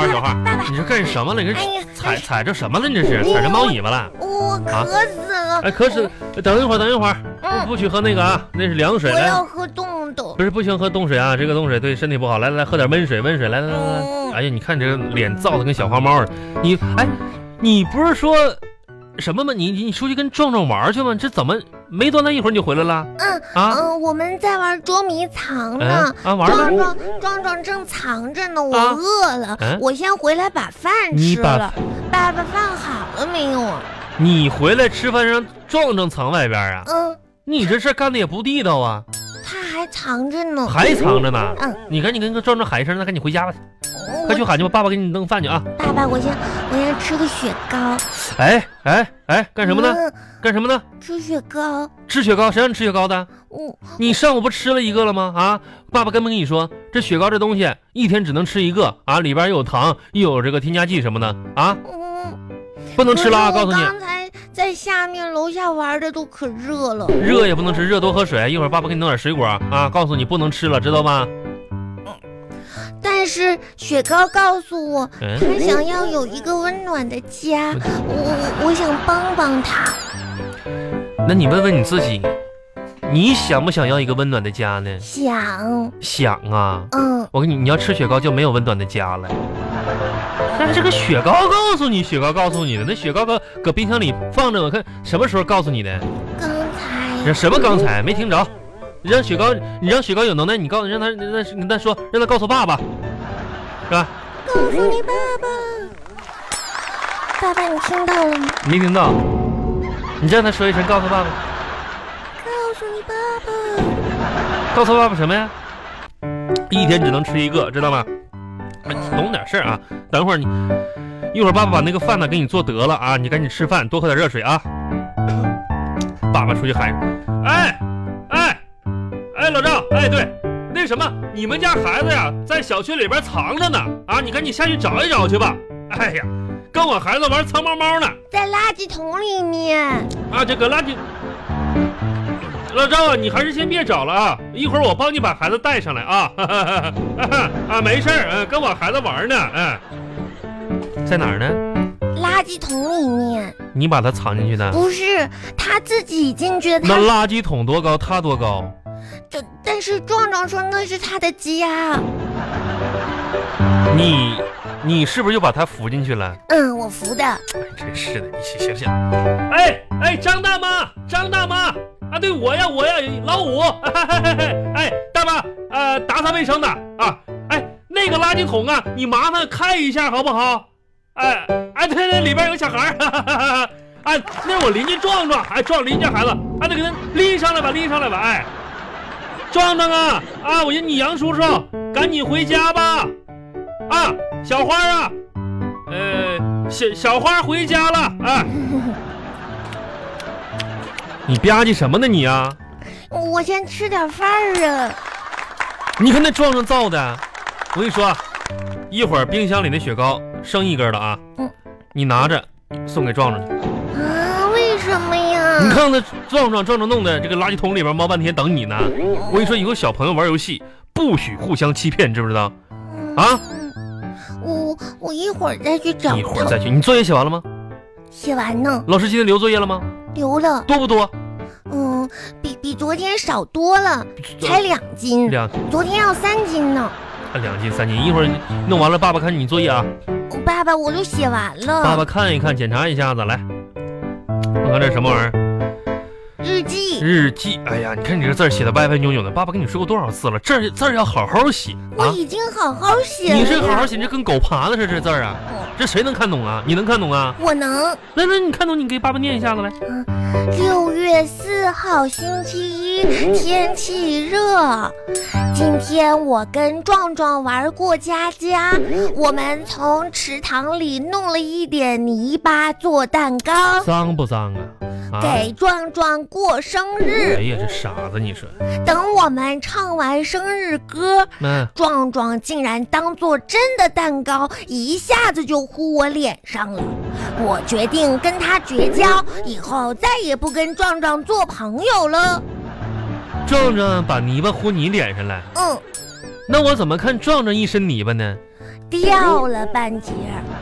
花，小花，你这干什么了？你这踩着什么了？你这是踩着猫尾巴了？ 我渴死了！ 哎，渴死！等一会儿，不许喝那个啊，那是凉水。 我要喝冻的。 不是，不行，喝冻水啊，这个冻水对身体不好。来，喝点温水，来。哎呀，你看这个脸燥的跟小花猫似的。你不是说什么吗？你出去跟壮壮玩去吗？这怎么没多那一会儿你就回来了？ 我们在玩捉迷藏呢。 玩呢。 壮壮正藏着呢，我饿了，我先回来把饭吃了。爸爸饭好了没有啊？ 你回来吃饭让壮壮藏外边啊？你这事干的也不地道啊！ 他还藏着呢。 还藏着呢？你赶紧跟壮壮喊一声，那赶紧回家吧。快去喊去吧，爸爸给你弄饭去啊！ 爸爸，我先吃个雪糕。 哎，干什么呢？ 吃雪糕。 吃雪糕？谁让你吃雪糕的？你上午不吃了一个了吗？啊，爸爸跟你说，这雪糕这东西一天只能吃一个啊，里边又有糖又有这个添加剂什么的啊，不能吃了啊！告诉你， 刚才在下面楼下玩的都可热了。 热也不能吃，热多喝水。一会儿爸爸给你弄点水果啊，告诉你不能吃了，知道吗？ 但是雪糕告诉我，他想要有一个温暖的家，我想帮帮他。 那你问问你自己，你想不想要一个温暖的家呢？想啊。我跟你要吃雪糕就没有温暖的家了。但是这个雪糕告诉你的，那雪糕搁冰箱里放着，我看什么时候告诉你的？ 刚才。 什么刚才？没听着。你让雪糕有能耐，你让他说，让他告诉爸爸，是吧？ 告诉你爸爸。爸爸，你听到了吗？ 没听到。你让他说一声，告诉爸爸。 告诉你爸爸。 告诉爸爸什么呀？一天只能吃一个，知道吗？懂点事儿啊。等会儿一会儿爸爸把那个饭呢给你做得了啊，你赶紧吃饭，多喝点热水啊。爸爸出去喊，哎，老赵，对，那什么，你们家孩子呀，在小区里边藏着呢啊，你赶紧下去找一找去吧。哎呀，跟我孩子玩藏猫猫呢，在垃圾桶里面啊，这个垃圾。老赵啊，你还是先别找了啊，一会儿我帮你把孩子带上来啊。没事儿，跟我孩子玩呢。在哪儿呢？ 垃圾桶里面。 你把它藏进去的？ 不是，他自己进去的。 那垃圾桶多高？他多高？ 但是壮壮说那是他的家。 你是不是又把他扶进去了？ 我扶的。 真是的，你行。哎，张大妈啊，对，我呀，老五。大妈，打扫卫生的啊。那个垃圾桶啊，你麻烦开一下好不好？对，里边有小孩。那是我邻居壮壮邻家孩子，得给他拎上来吧。壮壮啊，我说你杨叔叔，赶紧回家吧。小花啊，小花回家了啊。你吧唧什么呢你啊？ 我先吃点饭啊。 你看那壮壮造的，我跟你说，一会儿冰箱里的雪糕剩一根了啊。你拿着送给壮壮去。 为什么呀？ 你看那壮壮弄的这个垃圾桶里边猫半天等你呢。我跟你说，以后小朋友玩游戏不许互相欺骗，知不知道？ 我一会儿再去找。 一会儿再去。你作业写完了吗？ 写完呢。 老师今天留作业了吗？ 留了。 多不多？ 比昨天少多了，才2斤。昨天要3斤呢。 2斤3斤，一会儿弄完了，爸爸看你作业啊。 爸爸，我都写完了。 爸爸看一看，检查一下子，来，我看这什么玩意儿？日记。哎呀，你看你这字写的歪歪扭扭的，爸爸跟你说过多少次了，这字要好好写。 我已经好好写了。 你这好好写，这跟狗爬的似的，这字啊，这谁能看懂啊？你能看懂啊？ 我能。 来，你看懂，你给爸爸念一下子来。 6月4号星期1，天气热。今天我跟壮壮玩过家家，我们从池塘里弄了一点泥巴做蛋糕。 脏不脏啊？ 给壮壮过生日。 哎呀，这傻子，你说。 等我们唱完生日歌，壮壮竟然当做真的蛋糕，一下子就呼我脸上了。我决定跟他绝交，以后再也不跟壮壮做朋友了。 壮壮把泥巴呼你脸上了？ 那我怎么看壮壮一身泥巴呢？ 掉了半截。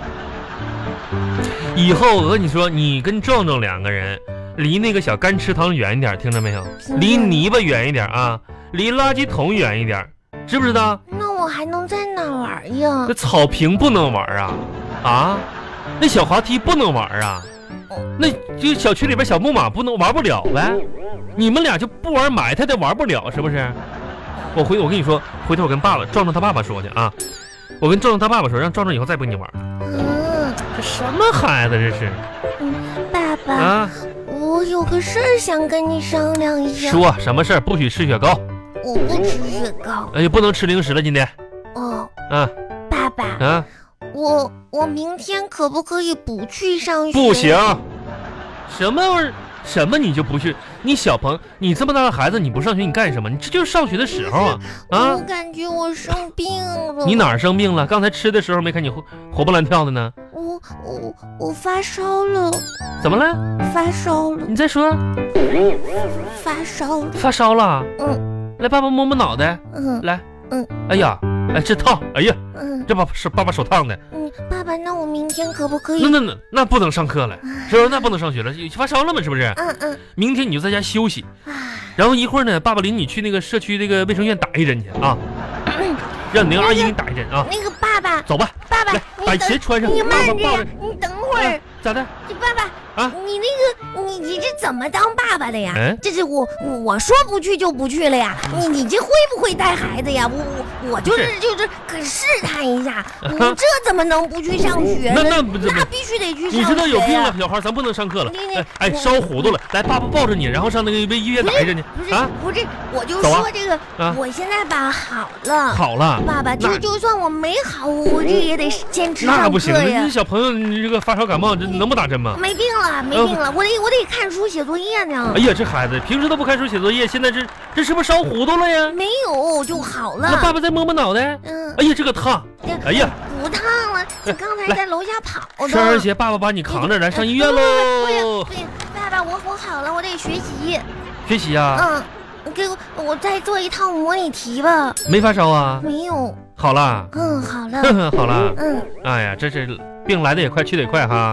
以后我跟你说，你跟壮壮两个人离那个小干池塘远一点，听着没有？离泥巴远一点啊，离垃圾桶远一点，知不知道？ 那我还能在哪玩呀？ 那草坪不能玩啊，啊，那小滑梯不能玩啊，那就小区里边小木马不能玩不了呗。你们俩就不玩埋汰的玩不了，是不是？我跟你说，回头我跟壮壮他爸爸说去啊。我跟壮壮他爸爸说，让壮壮以后再不跟你玩。这什么孩子这是？ 爸爸啊，我有个事儿想跟你商量一下。 说什么事儿？不许吃雪糕。 我不吃雪糕。 哎呀，不能吃零食了今天。 哦。 啊。 爸爸啊。 我明天可不可以不去上学？ 不行。什么玩意儿？什么你就不去？你小朋友，你这么大的孩子，你不上学你干什么？你这就是上学的时候啊！啊！ 我感觉我生病了。 你哪儿生病了？刚才吃的时候没看你活蹦乱跳的呢？ 我发烧了。 怎么了？ 发烧了。 你再说。 发烧了。 发烧了？来，爸爸摸摸脑袋。来。哎呀，哎，这烫，哎呀，这爸爸手烫的。 爸爸，那我明天可不可以？ 那不能上课了，是不是？那不能上学了，发烧了吗？是不是？明天你就在家休息，然后一会儿呢，爸爸领你去那个社区那个卫生院打一针去啊，让你那个阿姨给你打一针啊。 那个爸爸， 走吧， 爸爸， 来把鞋穿上， 你慢着，你等会儿。 咋的？ 爸爸啊，你这怎么当爸爸的呀？这是我说不去就不去了呀？你这会不会带孩子呀？我就是可试探一下，你这怎么能不去上学呢？那必须得去上学。 你知道有病了，小孩，咱不能上课了。哎，烧糊涂了，来，爸爸抱着你，然后上那个医院打一针去。 不是，我就说这个，我现在吧好了。 好了， 爸爸，就算我没好，我这也得坚持上课呀。 那不行，你小朋友，你这个发烧感冒，能不打针吗？ 没病了，我得看书写作业呢。 哎呀，这孩子平时都不看书写作业，现在这是不是烧糊涂了呀？ 没有，就好了。 那爸爸再摸摸脑袋。哎呀，这个烫。哎呀， 不烫了，你刚才在楼下跑的。 上儿鞋，爸爸把你扛着来上医院喽。 不行，爸爸，我好了，我得学习。 学习啊？ 给我再做一套模拟题吧。 没发烧啊？ 没有。 好了。 好了。 好了。哎呀，这是病来的也快，去得也快哈。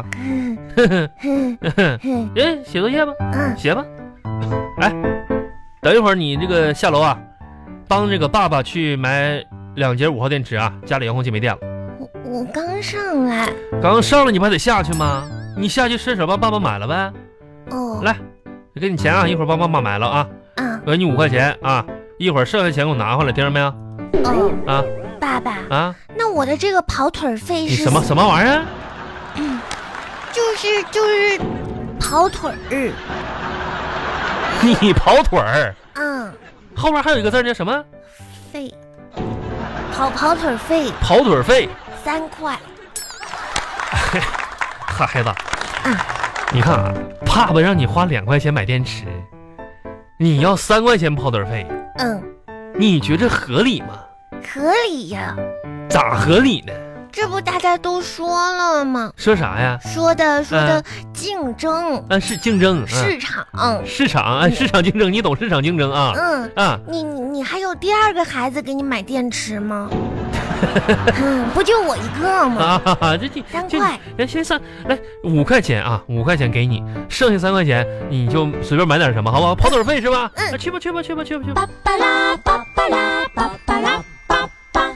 写作业吧。写吧。来，等一会儿你这个下楼啊，帮这个爸爸去买2节5号电池啊，家里遥控器没电了。 我刚上来。 刚上来你不还得下去吗？你下去伸手帮爸爸买了呗。来，给你钱啊，一会儿帮爸爸买了啊。我给你5块钱啊，一会儿剩下钱给我拿回来，听着没有？ 爸爸啊，那我的这个跑腿费是什么玩意儿？ 就是跑腿儿。 你跑腿儿？后面还有一个字叫什么？ 费。跑腿费。 跑腿费 3块。 孩子，你看啊，爸爸让你花2块钱买电池，你要3块钱跑腿费。你觉着合理吗？ 合理呀。 咋合理呢？ 这不大家都说了吗？ 说啥呀？ 说的竞争。 是竞争。 市场竞争，你懂市场竞争啊？ 你还有第2个孩子给你买电池吗？不就我一个吗？ 这 3块。 先算来5块钱啊，5块钱给你，剩下3块钱你就随便买点什么，好不好？跑腿费是吧？去吧。 巴巴拉巴巴拉巴巴拉巴巴。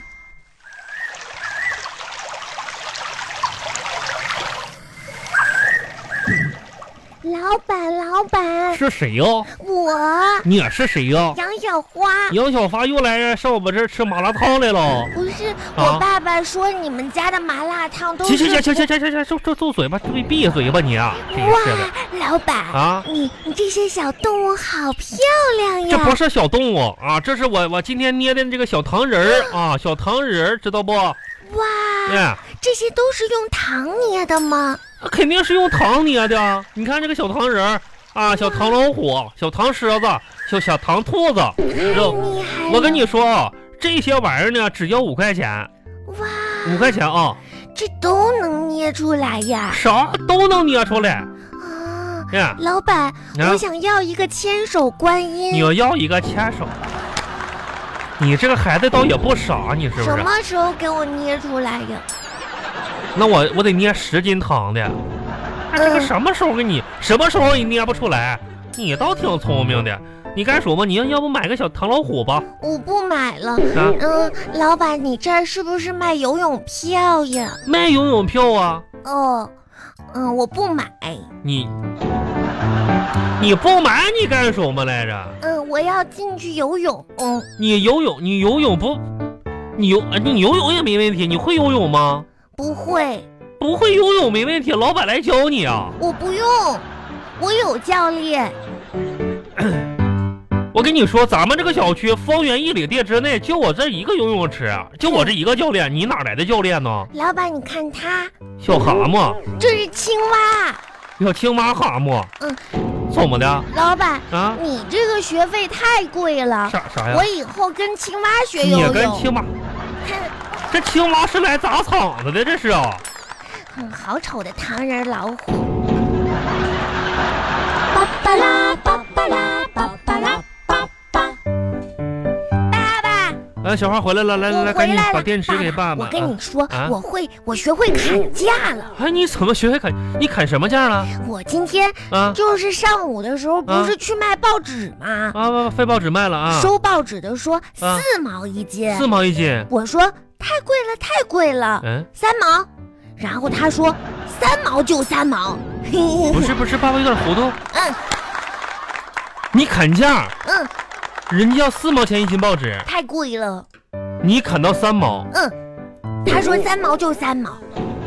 老板是谁哟？你是谁哟？ 杨小花。 杨小花又来上我们这儿吃麻辣烫来了。 不是，我爸爸说你们家的麻辣烫都是。 行，住嘴吧，闭嘴吧你啊！ 哇，老板啊，你这些小动物好漂亮呀！ 这不是小动物啊，这是我今天捏的这个小糖人啊，小糖人知道不？ 哇，这些都是用糖捏的吗？ 肯定是用糖捏的。你看这个小糖人啊，小糖老虎，小糖狮子，小糖兔子。我跟你说啊，这些玩意儿呢，只要5块钱。 哇 ，5块钱啊！ 这都能捏出来呀？ 啥都能捏出来啊！老板，我想要一个千手观音。 你要一个千手？ 你这个孩子倒也不傻，你是不是？ 什么时候给我捏出来呀？ 那我得捏10斤糖的。这个什么时候给你？什么时候你捏不出来？你倒挺聪明的。你该说嘛，你要不买个小糖老虎吧？ 我不买了。老板，你这儿是不是卖游泳票呀？ 卖游泳票啊？ 我不买。 你不买，你干什么来着？ 我要进去游泳。 你游泳不？你游泳也没问题。你会游泳吗？ 不会。 不会游泳没问题，老板来教你啊。 我不用，我有教练。 我跟你说，咱们这个小区方圆1里地之内就我这一个游泳池，就我这一个教练，你哪来的教练呢？ 老板，你看他， 小蛤蟆， 这是青蛙， 小青蛙蛤蟆。怎么的？ 老板啊， 你这个学费太贵了。 啥呀？ 我以后跟青蛙学游泳。 你跟青蛙？这青蛙是来砸场子的，这是啊。 好丑的唐人老虎。巴巴拉巴巴拉巴巴拉巴巴。爸爸， 小花回来了，来，赶紧把电池给爸爸。 我跟你说，我学会砍价了。 你怎么学会砍？你砍什么价了？ 我今天就是上午的时候，不是去卖报纸吗？ 废报纸卖了啊。 收报纸的说4毛一斤。 4毛一斤。 我说太贵了。3毛。然后他说3毛就3毛。 不是，爸爸有点糊涂。你砍价。人家要4毛钱一斤报纸， 太贵了。 你砍到3毛。 他说3毛就3毛。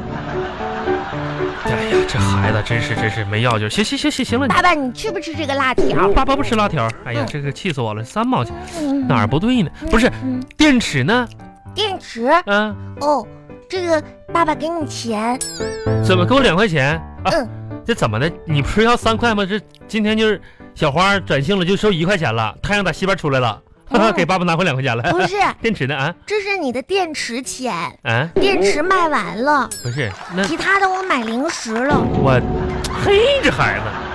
哎呀，这孩子真是没要劲。行了。 爸爸，你吃不吃这个辣条？ 爸爸不吃辣条。哎呀，这个气死我了，3毛钱，哪儿不对呢？不是，电池呢？ 电池？这个爸爸给你钱。 怎么给我2块钱？这怎么的？你不是要3块吗？这今天就是小花转性了，就收1块钱了。太阳打西边出来了，给爸爸拿回2块钱了。 不是电池呢？ 这是你的电池钱。电池卖完了。 不是，那其他的我买零食了。 嘿，这孩子。